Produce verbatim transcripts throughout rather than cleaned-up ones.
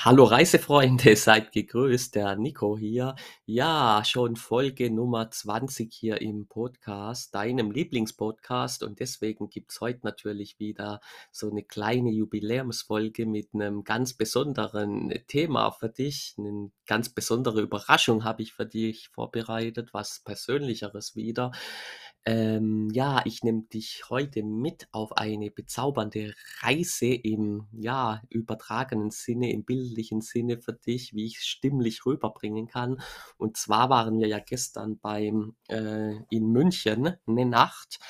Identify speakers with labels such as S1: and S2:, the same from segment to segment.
S1: Hallo Reisefreunde, seid gegrüßt, der Nico hier. Ja, schon Folge Nummer zwanzig hier im Podcast, deinem Lieblingspodcast. Und deswegen gibt's heute natürlich wieder so eine kleine Jubiläumsfolge mit einem ganz besonderen Thema für dich. Eine ganz besondere Überraschung habe ich für dich vorbereitet, was Persönlicheres wieder. Ähm, ja, ich nehme dich heute mit auf eine bezaubernde Reise im, ja, übertragenen Sinne, im bildlichen Sinne für dich, wie ich es stimmlich rüberbringen kann. Und zwar waren wir ja gestern beim äh, in München eine Nacht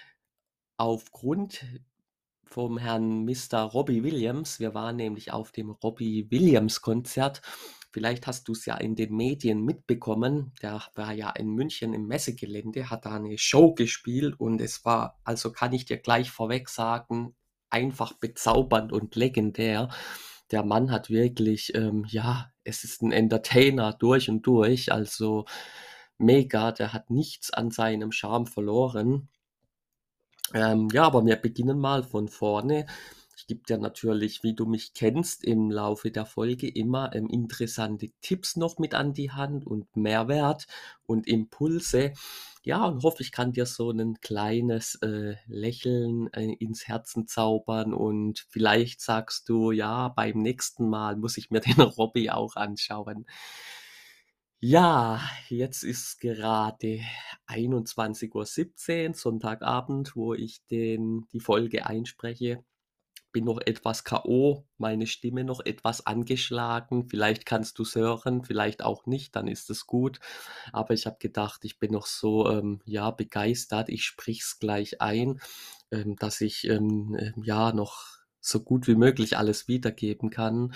S1: aufgrund vom Herrn Mister Robbie Williams. Wir waren nämlich auf dem Robbie Williams Konzert. Vielleicht hast du es ja in den Medien mitbekommen. Der war ja in München im Messegelände, hat da eine Show gespielt und es war, also kann ich dir gleich vorweg sagen, einfach bezaubernd und legendär. Der Mann hat wirklich, ähm, ja, es ist ein Entertainer durch und durch, also mega. Der hat nichts an seinem Charme verloren. Ähm, ja, aber wir beginnen mal von vorne. Ich gebe dir natürlich, wie du mich kennst, im Laufe der Folge immer ähm, interessante Tipps noch mit an die Hand und Mehrwert und Impulse. Ja, und hoffe, ich kann dir so ein kleines äh, Lächeln äh, ins Herzen zaubern und vielleicht sagst du, ja, beim nächsten Mal muss ich mir den Robby auch anschauen. Ja, jetzt ist gerade einundzwanzig Uhr siebzehn, Sonntagabend, wo ich den die Folge einspreche. Bin noch etwas K O, meine Stimme noch etwas angeschlagen. Vielleicht kannst du's hören, vielleicht auch nicht, dann ist es gut. Aber ich habe gedacht, ich bin noch so, ähm, ja, begeistert. Ich spreche es gleich ein, ähm, dass ich, ähm, ähm, ja, noch so gut wie möglich alles wiedergeben kann.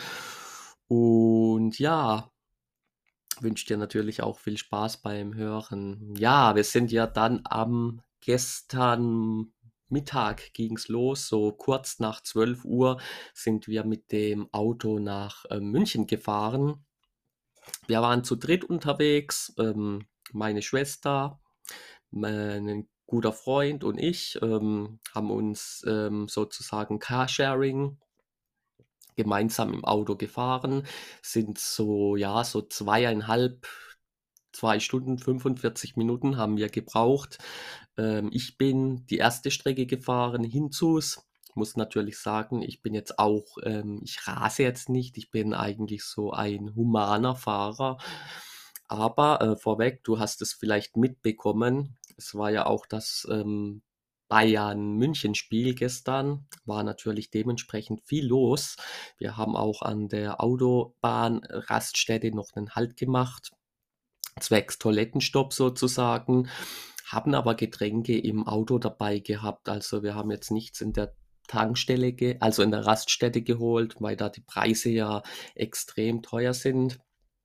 S1: Und ja, wünsche dir natürlich auch viel Spaß beim Hören. Ja, wir sind ja dann am gestern Mittag ging's los, so kurz nach zwölf Uhr sind wir mit dem Auto nach äh, München gefahren. Wir waren zu dritt unterwegs, ähm, meine Schwester, mein guter Freund und ich ähm, haben uns ähm, sozusagen Carsharing gemeinsam im Auto gefahren, sind so, ja, so zweieinhalb zwei Stunden, fünfundvierzig Minuten haben wir gebraucht. Ähm, ich bin die erste Strecke gefahren, Hinzus. Muss natürlich sagen, ich bin jetzt auch, ähm, ich rase jetzt nicht. Ich bin eigentlich so ein humaner Fahrer. Aber äh, vorweg, du hast es vielleicht mitbekommen. Es war ja auch das ähm, Bayern-München-Spiel gestern. War natürlich dementsprechend viel los. Wir haben auch an der Autobahn-Raststätte noch einen Halt gemacht, zwecks Toilettenstopp sozusagen, haben aber Getränke im Auto dabei gehabt. Also wir haben jetzt nichts in der Tankstelle, ge also in der Raststätte geholt, weil da die Preise ja extrem teuer sind.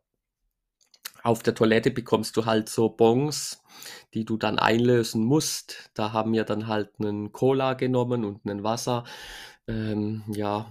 S1: Auf der Toilette bekommst du halt so Bons, die du dann einlösen musst. Da haben wir dann halt einen Cola genommen und ein Wasser. Ähm, ja,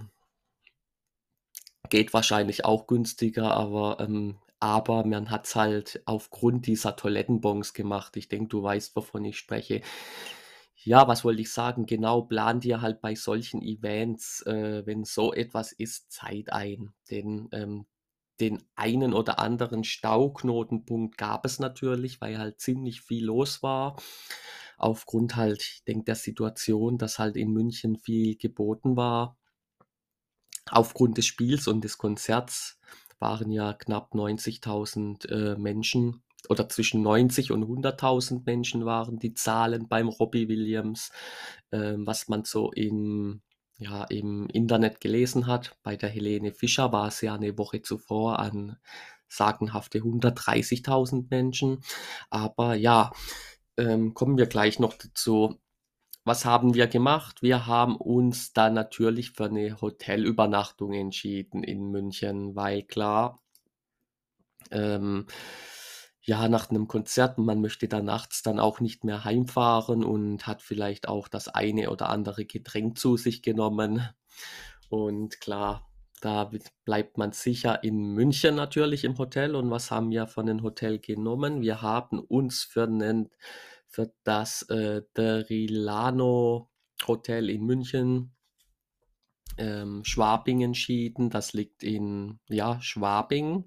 S1: geht wahrscheinlich auch günstiger, aber, ähm aber man hat's halt aufgrund dieser Toilettenbons gemacht. Ich denke, du weißt, wovon ich spreche. Ja, was wollte ich sagen? Genau, plan dir halt bei solchen Events, äh, wenn so etwas ist, Zeit ein. Denn, ähm, den einen oder anderen Stauknotenpunkt gab es natürlich, weil halt ziemlich viel los war. Aufgrund halt, ich denke, der Situation, dass halt in München viel geboten war. Aufgrund des Spiels und des Konzerts waren ja knapp neunzigtausend äh, Menschen oder zwischen neunzig und hunderttausend Menschen waren die Zahlen beim Robbie Williams, ähm, was man so im ja, im Internet gelesen hat. Bei der Helene Fischer war es ja eine Woche zuvor an sagenhafte hundertdreißigtausend Menschen. Aber ja, ähm, kommen wir gleich noch dazu. Was haben wir gemacht? Wir haben uns dann natürlich für eine Hotelübernachtung entschieden in München, weil klar, ähm, ja, nach einem Konzert, man möchte da nachts dann auch nicht mehr heimfahren und hat vielleicht auch das eine oder andere Getränk zu sich genommen. Und klar, da b bleibt man sicher in München natürlich im Hotel. Und was haben wir von 'nen Hotel genommen? Wir haben uns für 'nen für das, äh, Derilano Hotel in München ähm, Schwabing-Schieden. Das liegt in, ja, Schwabing.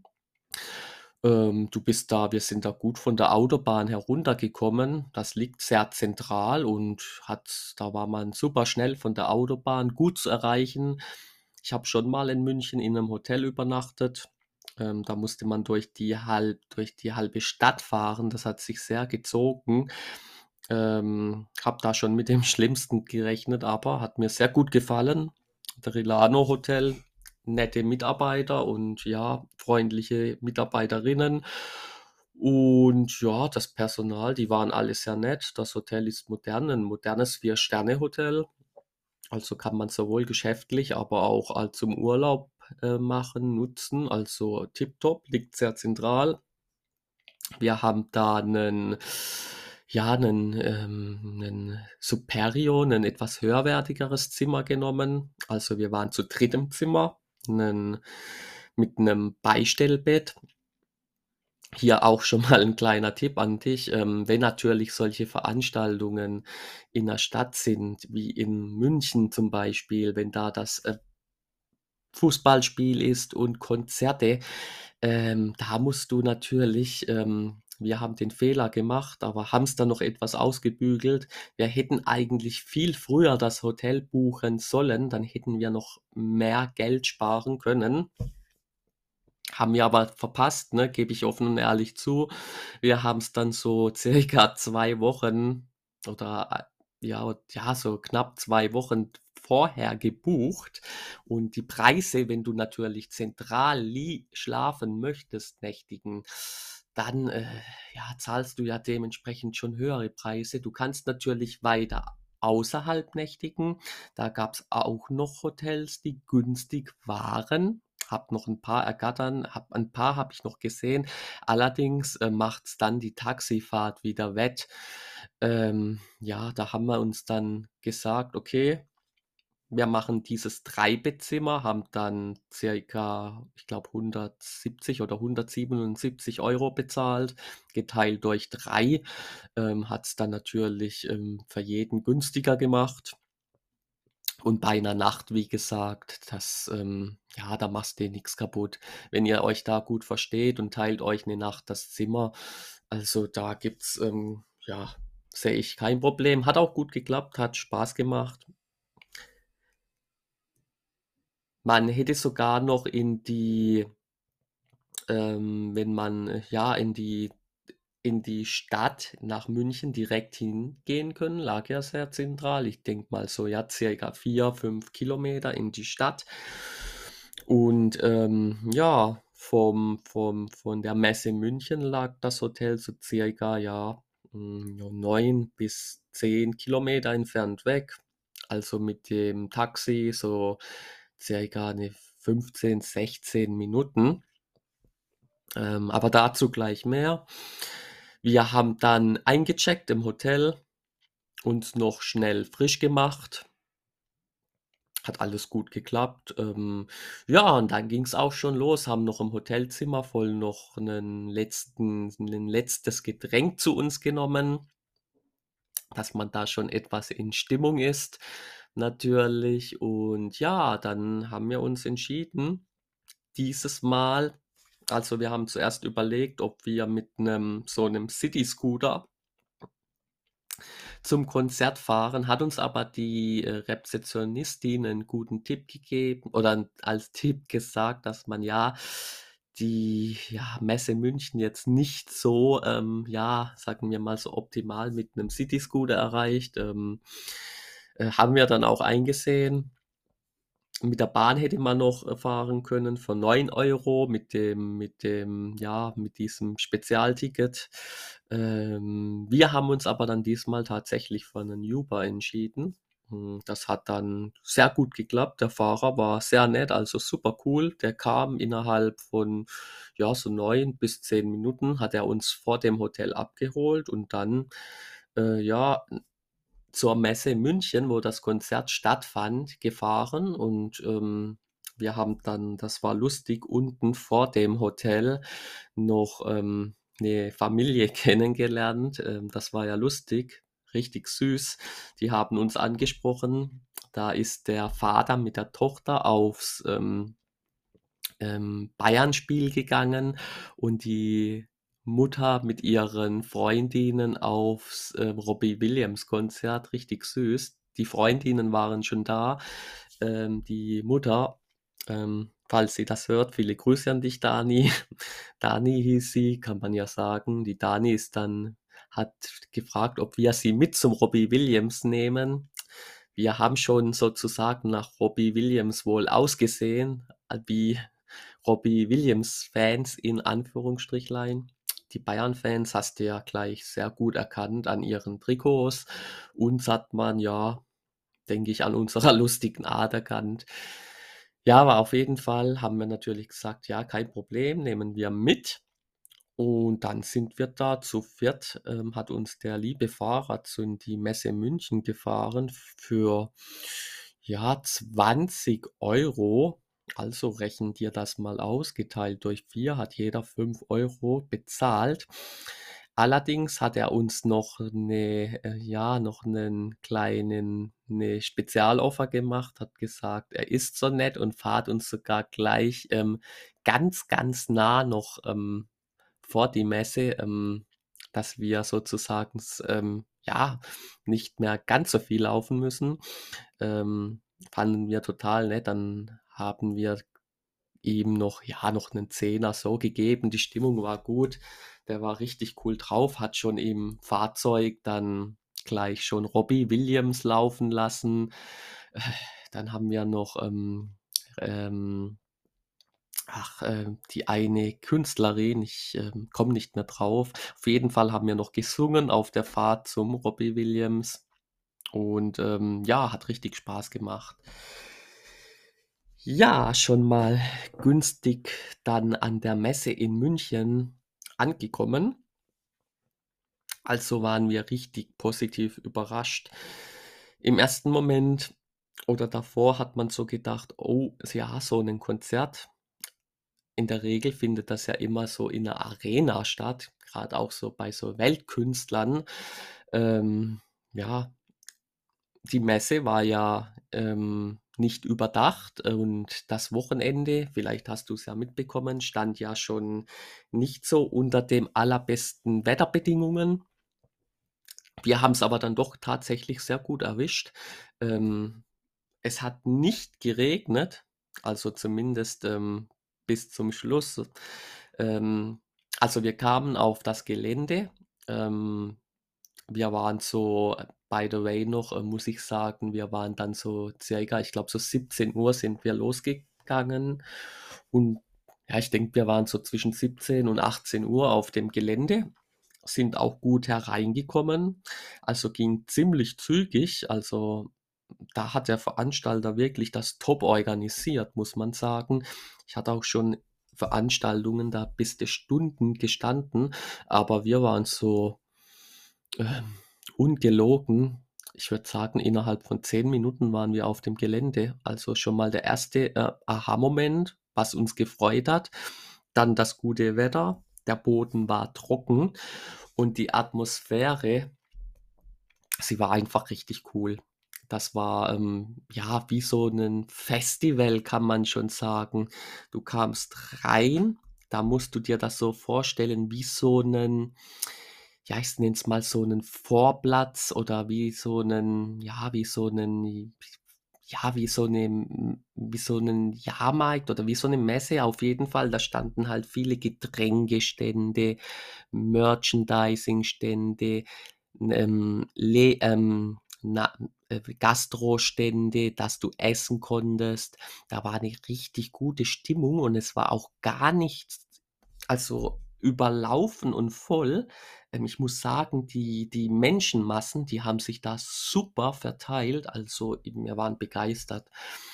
S1: Ähm, du bist da wir sind da gut von der Autobahn heruntergekommen. Das liegt sehr zentral und hat da war man super schnell von der Autobahn gut zu erreichen. Ich habe schon mal in München in 'nem Hotel übernachtet. Ähm, da musste man durch die halb durch die halbe Stadt fahren. Das hat sich sehr gezogen. Ähm, habe da schon mit dem Schlimmsten gerechnet, aber hat mir sehr gut gefallen. Der Rilano Hotel, nette Mitarbeiter und ja, freundliche Mitarbeiterinnen. Und ja, das Personal, die waren alle sehr nett. Das Hotel ist modern, 'n modernes Vier-Sterne-Hotel. Also kann man sowohl geschäftlich, aber auch al zum Urlaub, äh, machen, nutzen. Also tipptopp, liegt sehr zentral. Wir haben da 'nen ja, 'nen, ähm 'nen Superio, 'nen etwas höherwertigeres Zimmer genommen. Also, wir waren zu dritt im Zimmer, 'nen mit 'nem Beistellbett. Hier auch schon mal 'n kleiner Tipp an dich, ähm, wenn natürlich solche Veranstaltungen in der Stadt sind, wie in München zum Beispiel, wenn da das, äh Fußballspiel ist und Konzerte, ähm, da musst du natürlich ähm, wir haben den Fehler gemacht, aber haben's dann noch etwas ausgebügelt. Wir hätten eigentlich viel früher das Hotel buchen sollen, dann hätten wir noch mehr Geld sparen können. Haben wir aber verpasst, ne, gebe ich offen und ehrlich zu. Wir haben's dann so circa zwei Wochen oder, a ja ja, so knapp zwei Wochen vorher gebucht und die Preise, wenn du natürlich zentral lie schlafen möchtest, nächtigen, dann, äh, ja, zahlst du ja dementsprechend schon höhere Preise. Du kannst natürlich weiter außerhalb nächtigen. Da gab's auch noch Hotels, die günstig waren. Habe noch 'n paar ergattern habe ein paar habe ich noch gesehen. Allerdings, äh, macht's dann die Taxifahrt wieder wett. Ähm, ja, da haben wir uns dann gesagt: „Okay, wir machen dieses Drei-Bettzimmer“, haben dann circa, ich glaube, hundertsiebzig oder hundertsiebenundsiebzig Euro bezahlt. Geteilt durch drei, ähm, hat's dann natürlich, ähm, für jeden günstiger gemacht. Und bei 'ner Nacht, wie gesagt, das, ähm ja, da machst dir nix kaputt. Wenn ihr euch da gut versteht und teilt euch 'ne Nacht das Zimmer, also da gibt's, ähm ja, sehe ich kein Problem. Hat auch gut geklappt, hat Spaß gemacht. Man hätte sogar noch in die ähm, wenn man, äh, ja, in die in die Stadt nach München direkt hingehen können, lag ja sehr zentral. Ich denke mal so, ja, circa vier, fünf Kilometer in die Stadt. Und, ähm, ja, vom vom von der Messe München lag das Hotel so circa, ja, hm, ja, neun bis zehn Kilometer entfernt weg. Also mit dem Taxi so circa, ne, fünfzehn, sechzehn Minuten. Ähm, aber dazu gleich mehr. Wir haben dann eingecheckt im Hotel, uns noch schnell frisch gemacht. Hat alles gut geklappt. Ähm, ja, und dann ging's auch schon los, haben noch im Hotelzimmer voll noch 'nen letzten 'nen letztes Getränk zu uns genommen dass man da schon etwas in Stimmung ist natürlich. Und ja, dann haben wir uns entschieden, dieses Mal also, wir haben zuerst überlegt, ob wir mit 'nem so 'nem Cityscooter zum Konzert fahren, hat uns aber die, äh, Rezeptionistin 'nen guten Tipp gegeben oder 'n als Tipp gesagt, dass man ja die, ja, Messe München jetzt nicht so, ähm, ja, sagen wir mal so optimal mit 'nem Cityscooter erreicht. Ähm, äh, haben wir dann auch eingesehen. Mit der Bahn hätte man noch, äh, fahren können für neun Euro mit dem mit dem ja, mit diesem Spezialticket. Ähm, wir haben uns aber dann diesmal tatsächlich für 'nen Uber entschieden. Hm, das hat dann sehr gut geklappt. Der Fahrer war sehr nett, also super cool. Der kam innerhalb von, ja, so neun bis zehn Minuten hat er uns vor dem Hotel abgeholt und dann, äh, ja, n zur Messe München, wo das Konzert stattfand, gefahren. Und, ähm, wir haben dann das war lustig, unten vor dem Hotel noch, ähm, 'ne Familie kennengelernt. Ähm, das war ja lustig, richtig süß. Die haben uns angesprochen, Da ist der Vater mit der Tochter aufs, ähm ähm, Bayern-Spiel gegangen und die Mutter mit ihren Freundinnen aufs, ähm, Robbie Williams-Konzert, richtig süß. Die Freundinnen waren schon da. Ähm, die Mutter, ähm, falls sie das hört, viele Grüße an dich, Dani. Dani hieß sie, kann man ja sagen. Die Dani ist dann hat gefragt, ob wir sie mit zum Robbie Williams nehmen. Wir haben schon sozusagen nach Robbie Williams wohl ausgesehen, äh, wie Robbie Williams-Fans in Anführungsstrichlein. Die Bayern-Fans hast du ja gleich sehr gut erkannt an ihren Trikots. Uns hat man ja, denke ich, an unserer lustigen Art erkannt. Ja, aber auf jeden Fall haben wir natürlich gesagt, ja, kein Problem, nehmen wir mit. Und dann sind wir da zu viert, ähm, hat uns der liebe Fahrer zu die Messe München gefahren für, ja, zwanzig Euro. Also rechnen dir das mal aus, geteilt durch vier hat jeder fünf Euro bezahlt. Allerdings hat er uns noch 'ne äh, ja, noch einen kleinen 'ne Spezialoffer gemacht, hat gesagt, er ist so nett und fahrt uns sogar gleich, ähm, ganz, ganz nah noch, ähm vor die Messe, ähm, dass wir sozusagen s ähm, ja, nicht mehr ganz so viel laufen müssen. Ähm, fanden wir total nett. Dann haben wir ihm noch ja, noch 'nen Zehner so gegeben. Die Stimmung war gut. Der war richtig cool drauf, hat schon im Fahrzeug dann gleich schon Robbie Williams laufen lassen. Äh, Dann haben wir noch, ähm, ähm Ach, ähm, die eine Künstlerin, ich, ähm, komme nicht mehr drauf. Auf jeden Fall haben wir noch gesungen auf der Fahrt zum Robbie Williams und, ähm, ja, hat richtig Spaß gemacht. Ja, schon mal günstig dann an der Messe in München angekommen. Also waren wir richtig positiv überrascht. Im ersten Moment oder davor hat man so gedacht: „Oh, ja, so 'nen Konzert, in der Regel findet das ja immer so in 'ner Arena statt, grad auch so bei so Weltkünstlern. Ähm, ja, die Messe war ja, ähm, nicht überdacht und das Wochenende, vielleicht hast du's ja mitbekommen, stand ja schon nicht so unter dem allerbesten Wetterbedingungen. Wir haben's aber dann doch tatsächlich sehr gut erwischt. Ähm, Es hat nicht geregnet, also zumindest, ähm, bis zum Schluss. Ähm, also wir kamen auf das Gelände. Ähm, Wir waren so äh, by the way noch, äh, muss ich sagen, wir waren dann so circa, ich glaube, so siebzehn Uhr sind wir losgegangen und ja, ich denke, wir waren so zwischen siebzehn und achtzehn Uhr auf dem Gelände, sind auch gut hereingekommen, also ging ziemlich zügig. Also, da hat der Veranstalter wirklich das top organisiert, muss man sagen. Ich hatte auch schon Veranstaltungen, da bist du Stunden gestanden, aber wir waren so ähm, ungelogen, ich würde sagen, innerhalb von zehn Minuten waren wir auf dem Gelände. Also schon mal der erste äh, Aha-Moment, was uns gefreut hat. Dann das gute Wetter, der Boden war trocken und die Atmosphäre, sie war einfach richtig cool. Das war, ähm, ja, wie so ein Festival, kann man schon sagen. Du kamst rein, da musst du dir das so vorstellen wie so 'nen, ja, ich nenne es mal so 'nen Vorplatz oder wie so 'nen, ja, wie so 'nen, ja, wie so 'ne hm, wie so 'nen Jahrmarkt oder wie so 'ne Messe auf jeden Fall. Da standen halt viele Getränkestände, Merchandisingstände, ähm, Le ähm, na äh, Gastrostände, dass du essen konntest. Da war 'ne richtig gute Stimmung und es war auch gar nicht, also, überlaufen und voll. Ähm, ich muss sagen, die die Menschenmassen, die haben sich da super verteilt. Also, wir waren begeistert.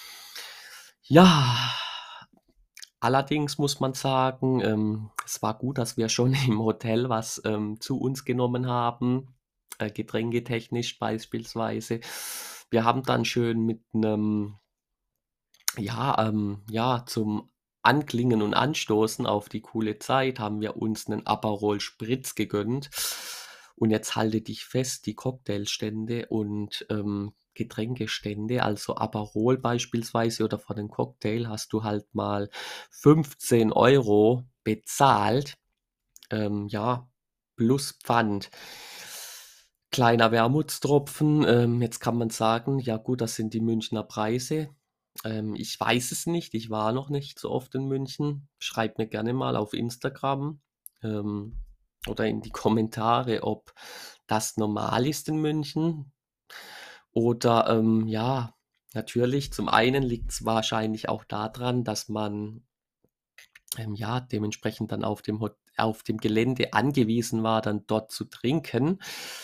S1: Ja, allerdings muss man sagen, ähm, es war gut, dass wir schon im Hotel was, ähm, zu uns genommen haben, äh, getränketechnisch beispielsweise. Wir haben dann schön mit 'nem, ja, ähm, ja, zum Anklingen und Anstoßen auf die coole Zeit haben wir uns 'nen Aperol Spritz gegönnt. Und jetzt halte dich fest, die Cocktailstände und, ähm, Getränkestände, also Aperol beispielsweise oder für den Cocktail hast du halt mal fünfzehn Euro bezahlt, ähm, ja, plus Pfand. Kleiner Wermutstropfen, ähm, jetzt kann man sagen: „Ja gut, das sind die Münchner Preise.“ Ähm, ich weiß es nicht, ich war noch nicht so oft in München. Schreibt mir gerne mal auf Instagram, ähm, oder in die Kommentare, ob das normal ist in München oder, ähm, ja, natürlich, zum einen liegt's wahrscheinlich auch daran, dass man ähm, ja, dementsprechend dann auf dem Hot auf dem Gelände angewiesen war, dann dort zu trinken.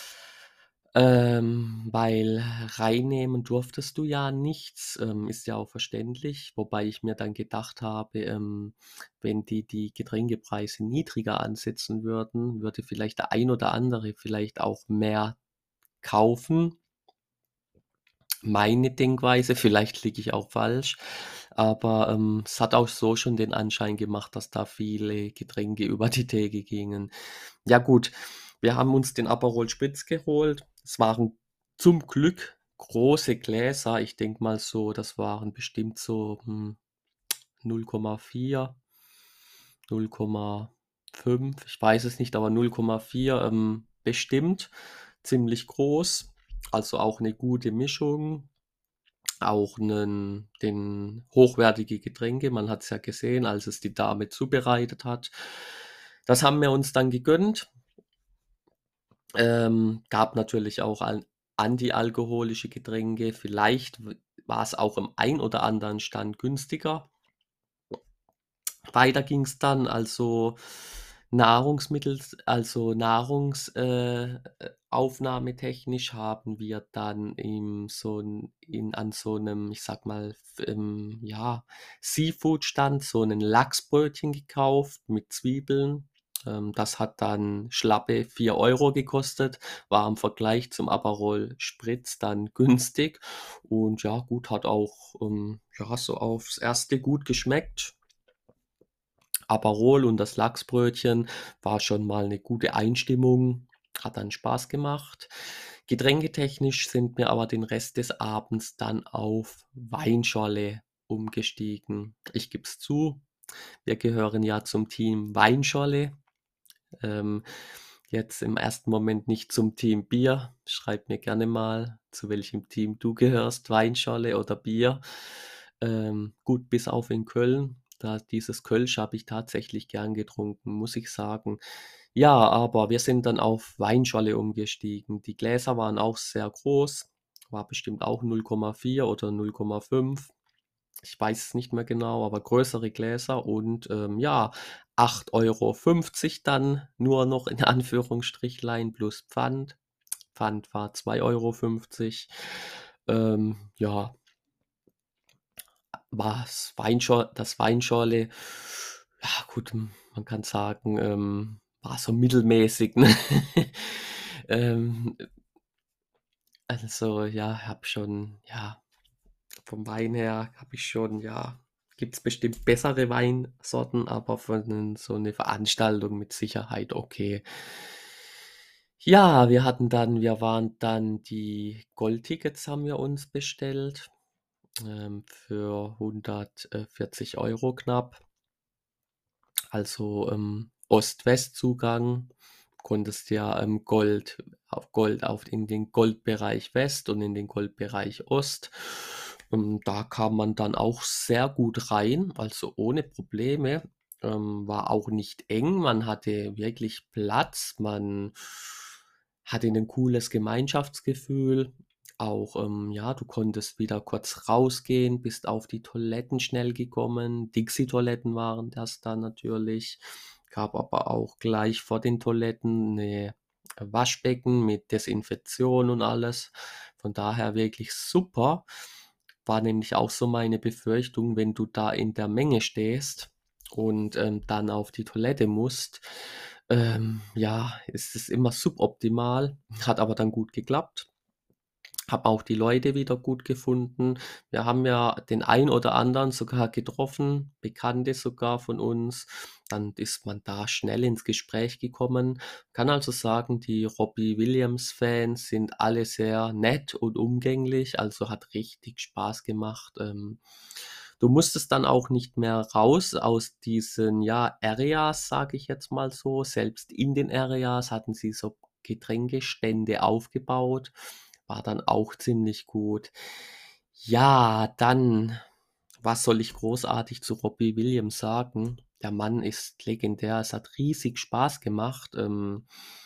S1: Ähm, weil reinnehmen durftest du ja nichts, ähm, ist ja auch verständlich, wobei ich mir dann gedacht habe, ähm, wenn die die Getränkepreise niedriger ansetzen würden, würde vielleicht der ein oder andere vielleicht auch mehr kaufen. Meine Denkweise, vielleicht liege ich auch falsch, aber, ähm, es hat auch so schon den Anschein gemacht, dass da viele Getränke über die Theke gingen. Ja gut, wir haben uns den Aperol Spritz geholt. Es waren zum Glück große Gläser. Ich denke mal so, das waren bestimmt so, hm, null Komma vier, null Komma fünf, ich weiß es nicht, aber null Komma vier, ähm, bestimmt. Ziemlich groß, also auch 'ne gute Mischung. Auch 'nen den hochwertige Getränke. Man hat's ja gesehen, als es die Dame zubereitet hat. Das haben wir uns dann gegönnt. Ähm, gab natürlich auch an antialkoholische Getränke. Vielleicht w war's auch im ein oder anderen Stand günstiger. Weiter ging's dann, also Nahrungsmittel also Nahrungs äh, äh, aufnahmetechnisch haben wir dann in so 'n in an so 'nem, ich sage mal, f ähm, ja, Seafood-Stand so 'nen Lachsbrötchen gekauft mit Zwiebeln. Ähm, das hat dann schlappe vier Euro gekostet, war im Vergleich zum Aperol Spritz dann günstig und ja gut, hat auch, ähm, ja, so aufs Erste gut geschmeckt. Aperol und das Lachsbrötchen war schon mal 'ne gute Einstimmung, hat dann Spaß gemacht. Getränketechnisch sind wir aber den Rest des Abends dann auf Weinschorle umgestiegen. Ich gebe es zu, wir gehören ja zum Team Weinschorle. Ähm, jetzt im ersten Moment nicht zum Team Bier. Schreib mir gerne mal, zu welchem Team du gehörst, Weinschorle oder Bier. Ähm, gut, bis auf in Köln, da dieses Kölsch habe ich tatsächlich gern getrunken, muss ich sagen. Ja, aber wir sind dann auf Weinschorle umgestiegen. Die Gläser waren auch sehr groß, war bestimmt auch null Komma vier oder null Komma fünf. Ich weiß es nicht mehr genau, aber größere Gläser und, ähm, ja, acht Euro fünfzig dann nur noch in Anführungsstrichlein plus Pfand. Pfand war zwei Euro fünfzig. Ähm, ja. Was Weinschor das Weinschorle, ja gut, hm, man kann sagen, ähm, war so mittelmäßig, ne? Ähm, äh also, ja, habe schon ja, vom Wein her habe ich schon ja, gibt's bestimmt bessere Weinsorten, aber für 'nen so 'ne Veranstaltung mit Sicherheit okay. Ja, wir hatten dann wir waren dann die Goldtickets haben wir uns bestellt, ähm, für hundert äh, vierzig Euro knapp. Also, ähm, Ost-West-Zugang. Konntest ja, ähm, Gold auf Gold auf in den Goldbereich West und in den Goldbereich Ost. Und da kam man dann auch sehr gut rein, also ohne Probleme. Ähm, war auch nicht eng, man hatte wirklich Platz, man hatte 'nen cooles Gemeinschaftsgefühl. Auch, ähm, ja, du konntest wieder kurz rausgehen, bist auf die Toiletten schnell gekommen. Dixie-Toiletten waren das dann natürlich. Gab aber auch gleich vor den Toiletten 'ne Waschbecken mit Desinfektion und alles. Von daher wirklich super. War nämlich auch so meine Befürchtung, wenn du da in der Menge stehst und, ähm, dann auf die Toilette musst, ähm, ja, ist es immer suboptimal, hat aber dann gut geklappt. Habe auch die Leute wieder gut gefunden. Wir haben ja den einen oder anderen sogar getroffen, Bekannte sogar von uns. Dann ist man da schnell ins Gespräch gekommen. Kann also sagen, die Robbie Williams-Fans sind alle sehr nett und umgänglich, also hat richtig Spaß gemacht. Ähm, du musstest dann auch nicht mehr raus aus diesen, ja, Areas, sage ich jetzt mal so. Selbst in den Areas hatten sie so Getränkestände aufgebaut. War dann auch ziemlich gut. Ja, dann, was soll ich großartig zu Robbie Williams sagen? Der Mann ist legendär. Es hat riesig Spaß gemacht. Ähm,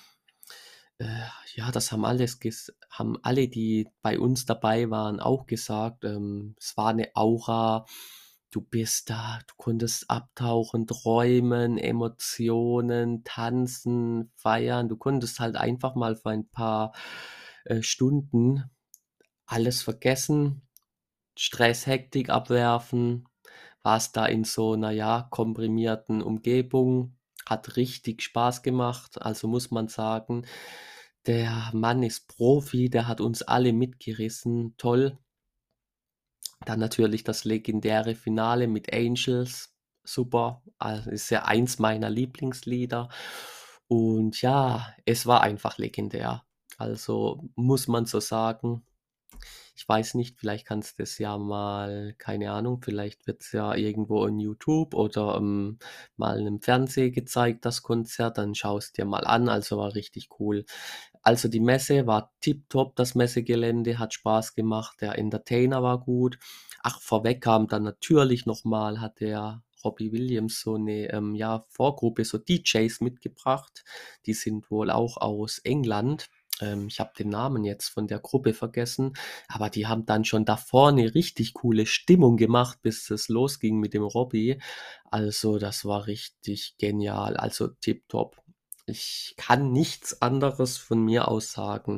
S1: äh, ja, das haben alles ges haben alle, die bei uns dabei waren, auch gesagt. Ähm, es war eine Aura. Du bist da, du konntest abtauchen, träumen, Emotionen, tanzen, feiern. Du konntest halt einfach mal für ein paar, äh, Stunden alles vergessen, Stress, Hektik abwerfen, warst da in so 'ner, ja, komprimierten Umgebung, hat richtig Spaß gemacht. Also, muss man sagen, der Mann ist Profi, der hat uns alle mitgerissen, toll. Dann natürlich das legendäre Finale mit Angels, super, also, ist ja eins meiner Lieblingslieder und ja, es war einfach legendär. Also, muss man so sagen. Ich weiß nicht, vielleicht kannst du es ja mal keine Ahnung, vielleicht wird's ja irgendwo in YouTube oder, ähm, mal im Fernsehen gezeigt, das Konzert, dann schaust dir mal an, also war richtig cool. Also, die Messe war tipptopp, das Messegelände hat Spaß gemacht, der Entertainer war gut. Ach, vorweg kam dann natürlich noch mal hat der Robbie Williams so 'ne, ähm, ja, Vorgruppe, so D Js mitgebracht. Die sind wohl auch aus England. Ähm, ich habe den Namen jetzt von der Gruppe vergessen, aber die haben dann schon davor 'ne richtig coole Stimmung gemacht, bis es losging mit dem Robbie. Also, das war richtig genial, also tipptopp. Ich kann nichts anderes von mir aus sagen.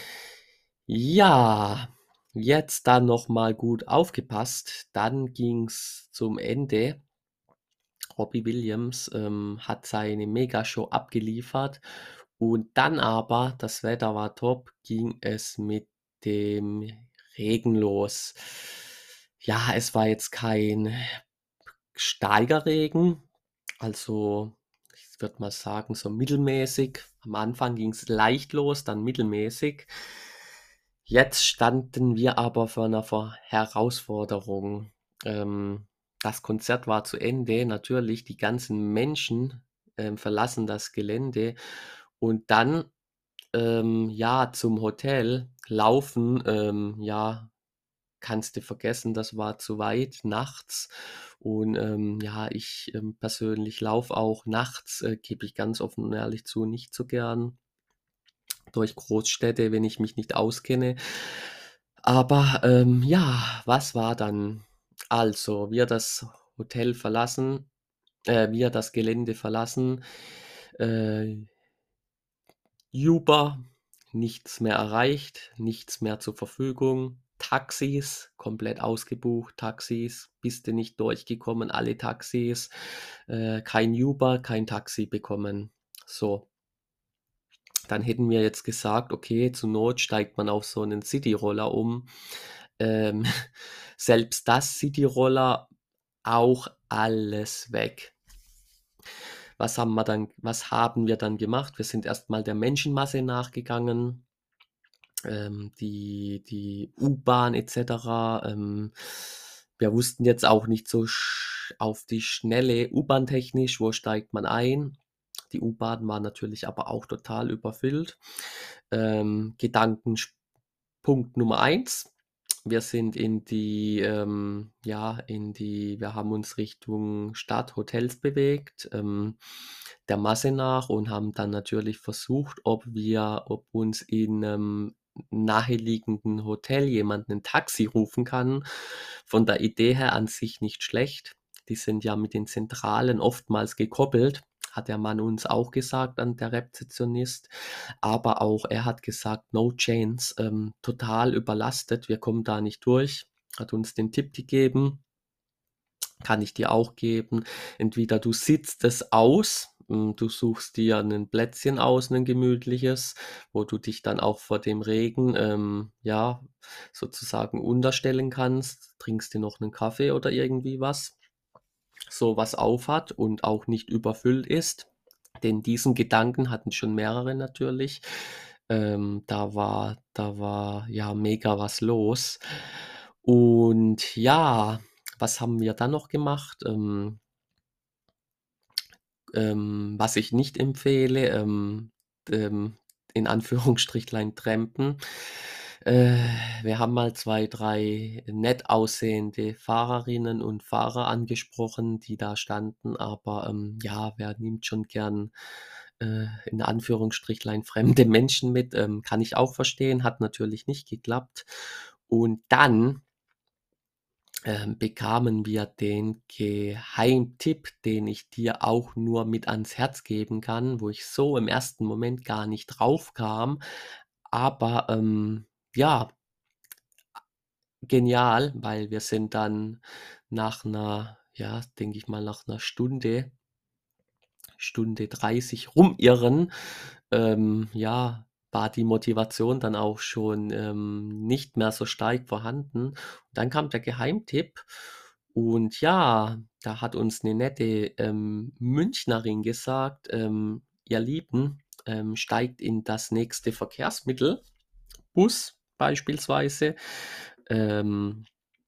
S1: Ja, jetzt dann noch mal gut aufgepasst, dann ging's zum Ende. Robbie Williams, ähm, hat seine Megashow abgeliefert und dann aber, das Wetter war top, ging es mit dem Regen los. Ja, es war jetzt kein Steigerregen, also ich würde mal sagen, so mittelmäßig. Am Anfang ging's leicht los, dann mittelmäßig. Jetzt standen wir aber vor 'ner vor Herausforderung. Ähm, das Konzert war zu Ende. Natürlich, die ganzen Menschen, ähm, verlassen das Gelände und dann, ähm, ja, zum Hotel laufen, ähm, ja, kannst du vergessen, das war zu weit nachts und, ähm, ja, ich, ähm, persönlich laufe auch nachts, äh, gebe ich ganz offen und ehrlich zu, nicht so gern durch Großstädte, wenn ich mich nicht auskenne. Aber, ähm, ja, was war dann? Also, wir das Hotel verlassen äh, wir das Gelände verlassen, äh Uber, nichts mehr erreicht, nichts mehr zur Verfügung. Taxis, komplett ausgebucht, Taxis, bist du nicht durchgekommen, alle Taxis, äh, kein Uber, kein Taxi bekommen. So, dann hätten wir jetzt gesagt: „Okay, zur Not steigt man auf so 'nen Cityroller um.“ Ähm, selbst das Cityroller, auch alles weg. Was haben wir dann was haben wir dann gemacht? Wir sind erst mal der Menschenmasse nachgegangen, ähm, die die U-Bahn et cetera. Ähm, wir wussten jetzt auch nicht so sch auf die Schnelle U-Bahn-technisch, wo steigt man ein? Die U-Bahn war natürlich aber auch total überfüllt. Ähm, Gedankensch Punkt Nummer eins: Wir sind in die, ähm ja, in die wir haben uns Richtung Stadt, Hotels bewegt, ähm, der Masse nach und haben dann natürlich versucht, ob wir ob uns in 'nem naheliegenden Hotel jemand 'nen Taxi rufen kann. Von der Idee her an sich nicht schlecht. Die sind ja mit den Zentralen oftmals gekoppelt, hat der Mann uns auch gesagt an der Rezeptionist. Aber auch er hat gesagt: „No chance, ähm, total überlastet, wir kommen da nicht durch.“ Hat uns den Tipp gegeben, kann ich dir auch geben. Entweder du sitzt es aus, Hm, du suchst dir 'nen Plätzchen aus, 'nen gemütliches, wo du dich dann auch vor dem Regen, ähm, ja, sozusagen unterstellen kannst, trinkst dir noch 'nen Kaffee oder irgendwie was, so was aufhat und auch nicht überfüllt ist. Denn diesen Gedanken hatten schon mehrere natürlich. Ähm, da war da war, ja, mega was los. Und ja, was haben wir dann noch gemacht? Ähm ähm, was ich nicht empfehle, ähm, ähm, in Anführungsstrichlein trampen. Äh, wir haben mal zwei, drei nett aussehende Fahrerinnen und Fahrer angesprochen, die da standen, aber, ähm, ja, wer nimmt schon gern, äh, in Anführungsstrichlein fremde Menschen mit? Ähm, kann ich auch verstehen, hat natürlich nicht geklappt. Und dann ähm, bekamen wir den Geheimtipp, den ich dir auch nur mit ans Herz geben kann, wo ich so im ersten Moment gar nicht drauf kam. Aber, ähm, ja, genial, weil wir sind dann nach 'ner, ja, denke ich mal, nach 'ner Stunde Stunde dreißig rumirren, ähm, ja, war die Motivation dann auch schon, ähm, nicht mehr so stark vorhanden. Und dann kam der Geheimtipp und ja, da hat uns 'ne nette, ähm, Münchnerin gesagt: „Ähm, ihr Lieben, ähm, steigt in das nächste Verkehrsmittel, Bus beispielsweise, ähm,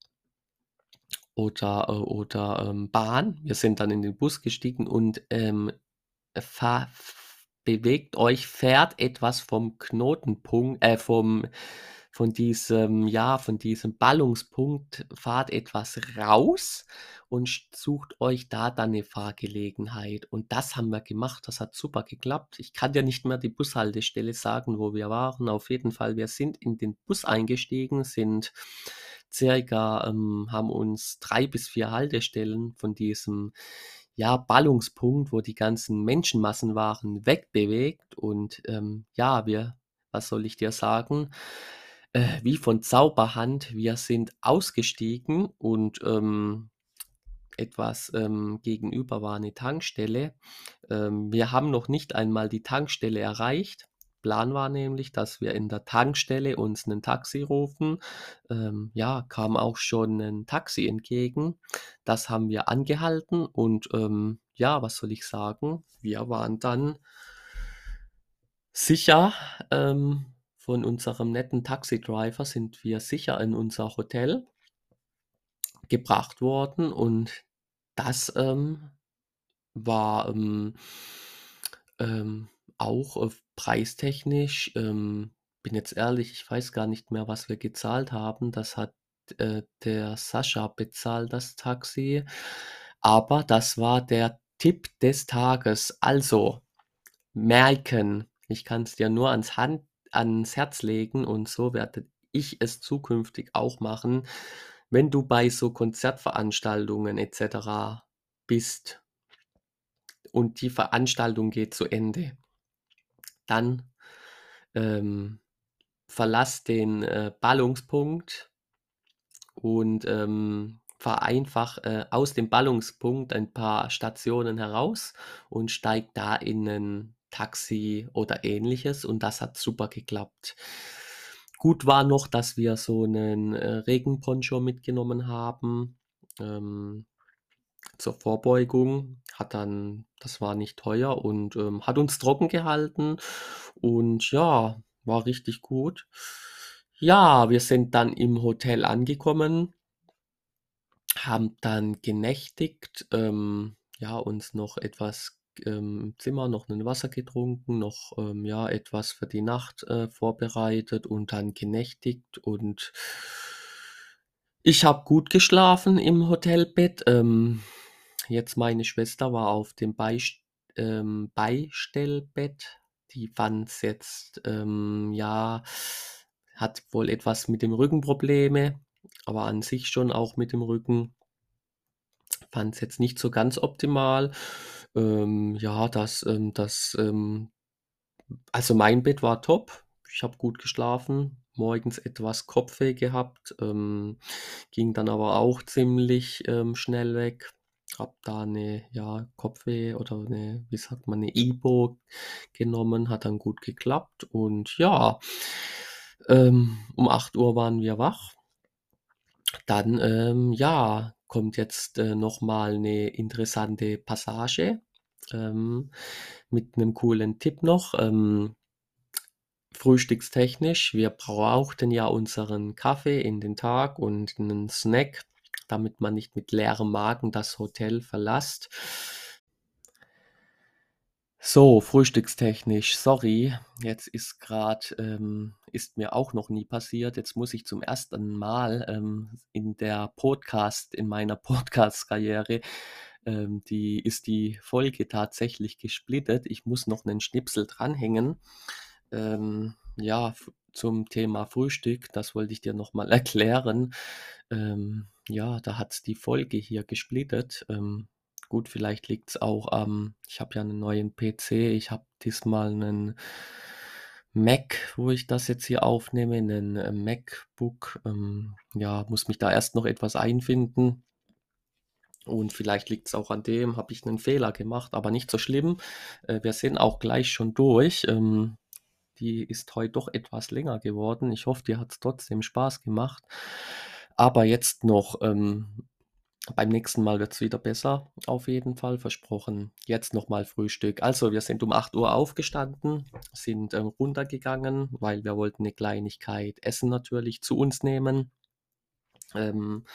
S1: oder, äh oder, ähm, Bahn." Wir sind dann in den Bus gestiegen und, ähm, Fa f bewegt euch, fährt etwas vom Knotenpunkt äh, vom von diesem ja, von diesem Ballungspunkt, fahrt etwas raus und sch sucht euch da dann 'ne Fahrgelegenheit. Und das haben wir gemacht, das hat super geklappt. Ich kann dir nicht mehr die Bushaltestelle sagen, wo wir waren. Auf jeden Fall, wir sind in den Bus eingestiegen, sind circa ähm, haben uns drei bis vier Haltestellen von diesem, ja, Ballungspunkt, wo die ganzen Menschenmassen waren, wegbewegt und, ähm, ja, wir was soll ich dir sagen? Äh, wie von Zauberhand, wir sind ausgestiegen und, ähm, etwas, ähm, gegenüber war 'ne Tankstelle. Ähm, wir haben noch nicht einmal die Tankstelle erreicht. Plan war nämlich, dass wir in der Tankstelle uns 'nen Taxi rufen. Ähm, ja, kam auch schon 'nen Taxi entgegen. Das haben wir angehalten und, ähm, ja, was soll ich sagen? Wir waren dann sicher, ähm von unserem netten Taxidriver sind wir sicher in unser Hotel gebracht worden und das, ähm, war, ähm ähm, auch, äh, preistechnisch, ähm bin jetzt ehrlich, ich weiß gar nicht mehr, was wir gezahlt haben. Das hat, äh, der Sascha bezahlt, das Taxi. Aber das war der Tipp des Tages. Also, merken. Ich kann's dir nur ans Hand ans Herz legen und so werde ich es zukünftig auch machen, wenn du bei so Konzertveranstaltungen et cetera bist und die Veranstaltung geht zu Ende dann, ähm, verlass den, äh, Ballungspunkt und, ähm, fahr einfach, äh, aus dem Ballungspunkt ein paar Stationen heraus und steig da in 'nen Taxi oder Ähnliches und das hat super geklappt. Gut war noch, dass wir so 'nen, äh, Regenponcho mitgenommen haben, ähm, zur Vorbeugung. Hat dann das war nicht teuer und, ähm, hat uns trocken gehalten und ja, war richtig gut. Ja, wir sind dann im Hotel angekommen haben dann genächtigt, ähm, ja, uns noch etwas ähm, im Zimmer noch 'nen Wasser getrunken, noch, ähm, ja, etwas für die Nacht, äh, vorbereitet und dann genächtigt und ich habe gut geschlafen im Hotelbett. Ähm, jetzt meine Schwester war auf dem Beist ähm, Beistellbett. Die fand's jetzt, ähm, ja hat wohl etwas mit dem Rücken Probleme, aber an sich schon auch mit dem Rücken. Fand's jetzt nicht so ganz optimal. Ähm, ja, das ähm, das, ähm also mein Bett war top. Ich habe gut geschlafen, morgens etwas Kopfweh gehabt, ähm, ging dann aber auch ziemlich, ähm, schnell weg. Habe da 'ne, ja, Kopfweh oder 'ne, wie sagt man, 'ne Ibo genommen, hat dann gut geklappt und ja, ähm, um acht Uhr waren wir wach. Dann, ähm, ja, kommt jetzt, äh, noch mal 'ne interessante Passage, ähm, mit 'nem coolen Tipp noch, ähm, frühstückstechnisch. Wir brauchten ja unseren Kaffee in den Tag und 'nen Snack, damit man nicht mit leerem Magen das Hotel verlasst. So, frühstückstechnisch, sorry, jetzt ist grad ähm, ist mir auch noch nie passiert. Jetzt muss ich zum ersten Mal, ähm, in der Podcast in meiner Podcast-Karriere ähm, die ist die Folge tatsächlich gesplittet. Ich muss noch 'nen Schnipsel dranhängen. Ähm, ja, f zum Thema Frühstück, das wollte ich dir noch mal erklären. Ähm, ja, da hat's die Folge hier gesplittet. Ähm, gut, vielleicht liegt's auch am ich habe ja 'nen neuen P C. Ich habe diesmal 'nen Mac, wo ich das jetzt hier aufnehme, 'nen, äh, MacBook. Ähm, ja, muss mich da erst noch etwas einfinden. Und vielleicht liegt's auch an dem, habe ich 'nen Fehler gemacht, aber nicht so schlimm. Äh, wir sind auch gleich schon durch. Ähm, die ist heute doch etwas länger geworden. Ich hoffe, dir hat's trotzdem Spaß gemacht. Aber jetzt noch, ähm beim nächsten Mal wird's wieder besser, auf jeden Fall, versprochen. Jetzt noch mal Frühstück. Also, wir sind um acht Uhr aufgestanden, sind, ähm, runtergegangen, weil wir wollten 'ne Kleinigkeit Essen natürlich zu uns nehmen. Ähm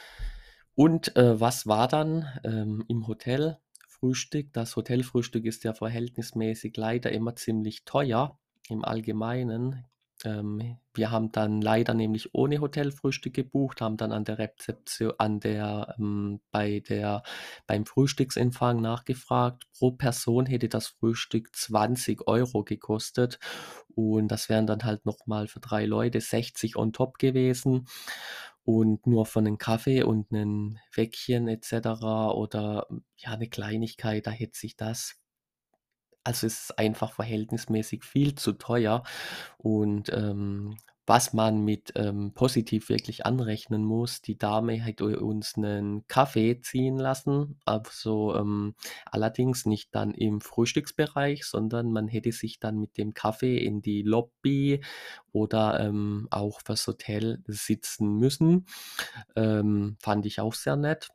S1: und, äh, was war dann, ähm, im Hotel? Frühstück. Das Hotelfrühstück ist ja verhältnismäßig leider immer ziemlich teuer im Allgemeinen. Ähm, wir haben dann leider nämlich ohne Hotelfrühstück gebucht, haben dann an der Rezeptio an der ähm, bei der beim Frühstücksempfang nachgefragt. Pro Person hätte das Frühstück zwanzig Euro gekostet und das wären dann halt noch mal für drei Leute sechzig on top gewesen. Und nur für 'nen Kaffee und 'nen Weckchen et cetera oder, ja, 'ne Kleinigkeit, da hätte sich das also, es ist einfach verhältnismäßig viel zu teuer und, ähm, was man mit, ähm, positiv wirklich anrechnen muss, die Dame hätte uns 'nen Kaffee ziehen lassen, also, ähm, allerdings nicht dann im Frühstücksbereich, sondern man hätte sich dann mit dem Kaffee in die Lobby oder, ähm, auch fürs Hotel sitzen müssen. Ähm, fand ich auch sehr nett.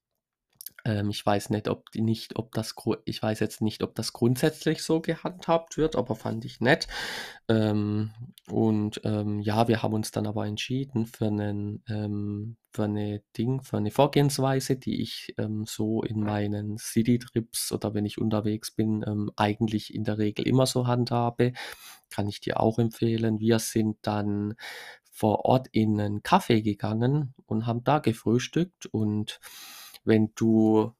S1: Ähm, ich weiß nicht, ob die nicht ob das gru ich weiß jetzt nicht, ob das grundsätzlich so gehandhabt wird, aber fand ich nett. Ähm, und, ähm, ja, wir haben uns dann aber entschieden für 'nen ähm, für 'ne Ding für 'ne Vorgehensweise, die ich, ähm, so in meinen Citytrips oder wenn ich unterwegs bin, ähm, eigentlich in der Regel immer so handhabe. Kann ich dir auch empfehlen. Wir sind dann vor Ort in 'nen Café gegangen und haben da gefrühstückt und wenn du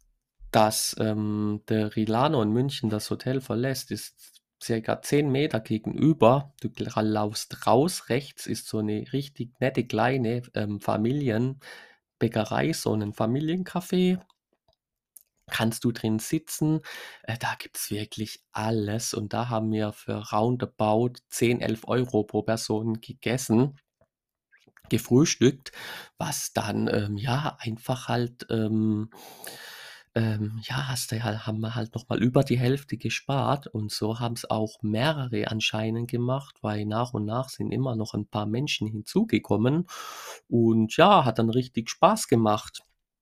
S1: das, ähm der Rilano in München das Hotel verlässt, ist circa zehn Meter gegenüber. Du gl laufst raus, rechts ist so 'ne richtig nette kleine, ähm, Familienbäckerei, so 'nen Familiencafé. Kannst du drin sitzen. Äh, da gibt's wirklich alles und da haben wir für roundabout zehn, elf Euro pro Person gegessen gefrühstückt, was dann, ähm, ja, einfach halt, ähm ähm, ja, hast du ja haben wir halt noch mal über die Hälfte gespart und so haben's auch mehrere anscheinend gemacht, weil nach und nach sind immer noch 'n paar Menschen hinzugekommen und ja, hat dann richtig Spaß gemacht.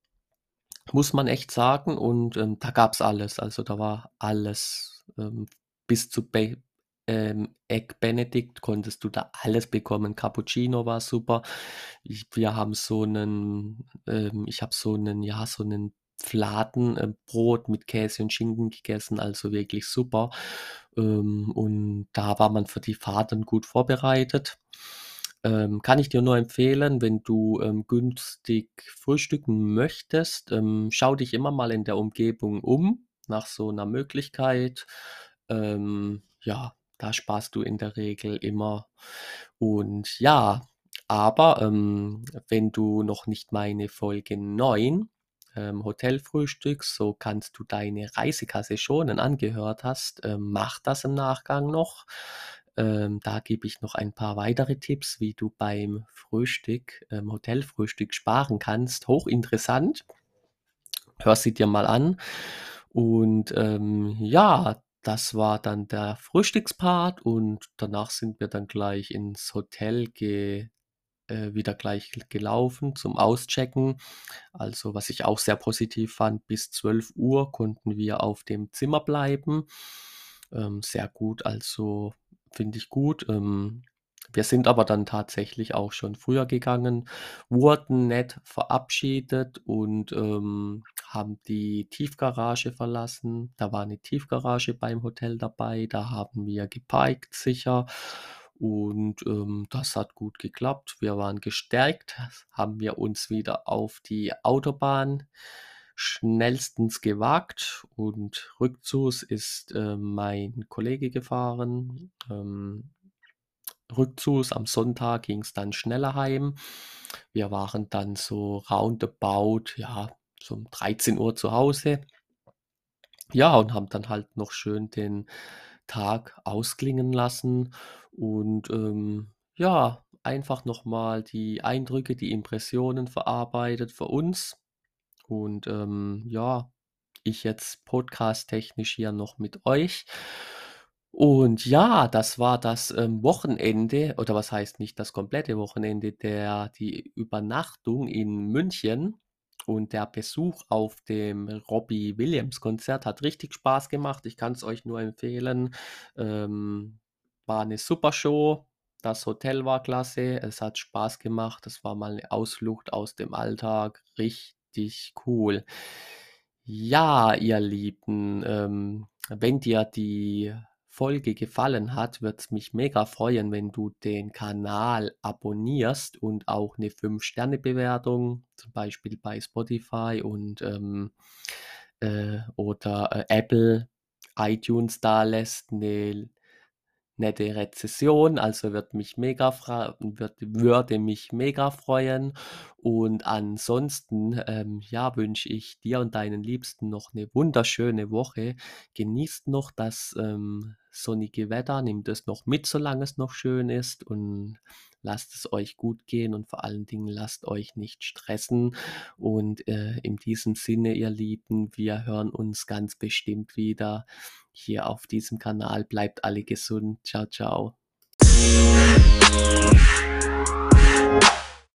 S1: Muss man echt sagen und, ähm, da gab's alles. Also, da war alles, ähm, bis zu Be ähm, Egg Benedict konntest du da alles bekommen. Cappuccino war super. Ich wir haben so 'nen ähm, ich habe so 'nen ja, so 'nen Fladen, äh, Brot mit Käse und Schinken gegessen, also wirklich super. Ähm, und da war man für die Fahrt dann gut vorbereitet. Ähm, kann ich dir nur empfehlen, wenn du, ähm, günstig frühstücken möchtest, ähm, schau dich immer mal in der Umgebung um nach so 'ner Möglichkeit. Ähm, ja, da sparst du in der Regel immer. Und ja, aber, ähm, wenn du noch nicht meine Folge neun, ähm, Hotelfrühstück, so kannst du deine Reisekasse schonen, angehört hast, ähm, mach das im Nachgang noch. Ähm, da gebe ich noch ein paar weitere Tipps, wie du beim Frühstück ähm, Hotelfrühstück sparen kannst. Hochinteressant. Hör sie dir mal an. Und, ähm, ja, das war dann der Frühstückspart und danach sind wir dann gleich ins Hotel ge äh, wieder gleich gelaufen zum Auschecken. Also, was ich auch sehr positiv fand, bis zwölf Uhr konnten wir auf dem Zimmer bleiben. Ähm, sehr gut, also, finde ich gut. Ähm, wir sind aber dann tatsächlich auch schon früher gegangen, wurden nett verabschiedet und, ähm, haben die Tiefgarage verlassen. Da war 'ne Tiefgarage beim Hotel dabei, da haben wir geparkt sicher und, ähm, das hat gut geklappt. Wir waren gestärkt, haben wir uns wieder auf die Autobahn schnellstens gewagt und rückzugs ist, äh, mein Kollege gefahren. Ähm, rückzugs am Sonntag ging's dann schneller heim. Wir waren dann so roundabout, ja, so um dreizehn Uhr zu Hause. Ja, und haben dann halt noch schön den Tag ausklingen lassen und, ähm, ja, einfach noch mal die Eindrücke, die Impressionen verarbeitet für uns. Und, ähm, ja, ich jetzt podcasttechnisch hier noch mit euch. Und ja, das war das, ähm, Wochenende oder was heißt nicht das komplette Wochenende, der die Übernachtung in München und der Besuch auf dem Robbie Williams Konzert hat richtig Spaß gemacht. Ich kann's euch nur empfehlen. Ähm, war 'ne super Show. Das Hotel war klasse. Es hat Spaß gemacht. Es war mal 'ne Ausflucht aus dem Alltag. Richtig cool. Ja, ihr Lieben, ähm, wenn dir die Folge gefallen hat, würde es mich mega freuen, wenn du den Kanal abonnierst und auch 'ne fünf Sterne Bewertung, zum Beispiel bei Spotify und, ähm, äh oder, äh, Apple, iTunes dalässt, 'ne nette Rezession. Also, würde mich mega fra würd würde mich mega freuen. Und ansonsten, ähm, ja, wünsche ich dir und deinen Liebsten noch 'ne wunderschöne Woche. Genießt noch das, ähm, sonnige Wetter, nehmt es noch mit, solange es noch schön ist und lasst es euch gut gehen und vor allen Dingen lasst euch nicht stressen. Und, äh, in diesem Sinne, ihr Lieben, wir hören uns ganz bestimmt wieder hier auf diesem Kanal. Bleibt alle gesund. Tschau, tschau.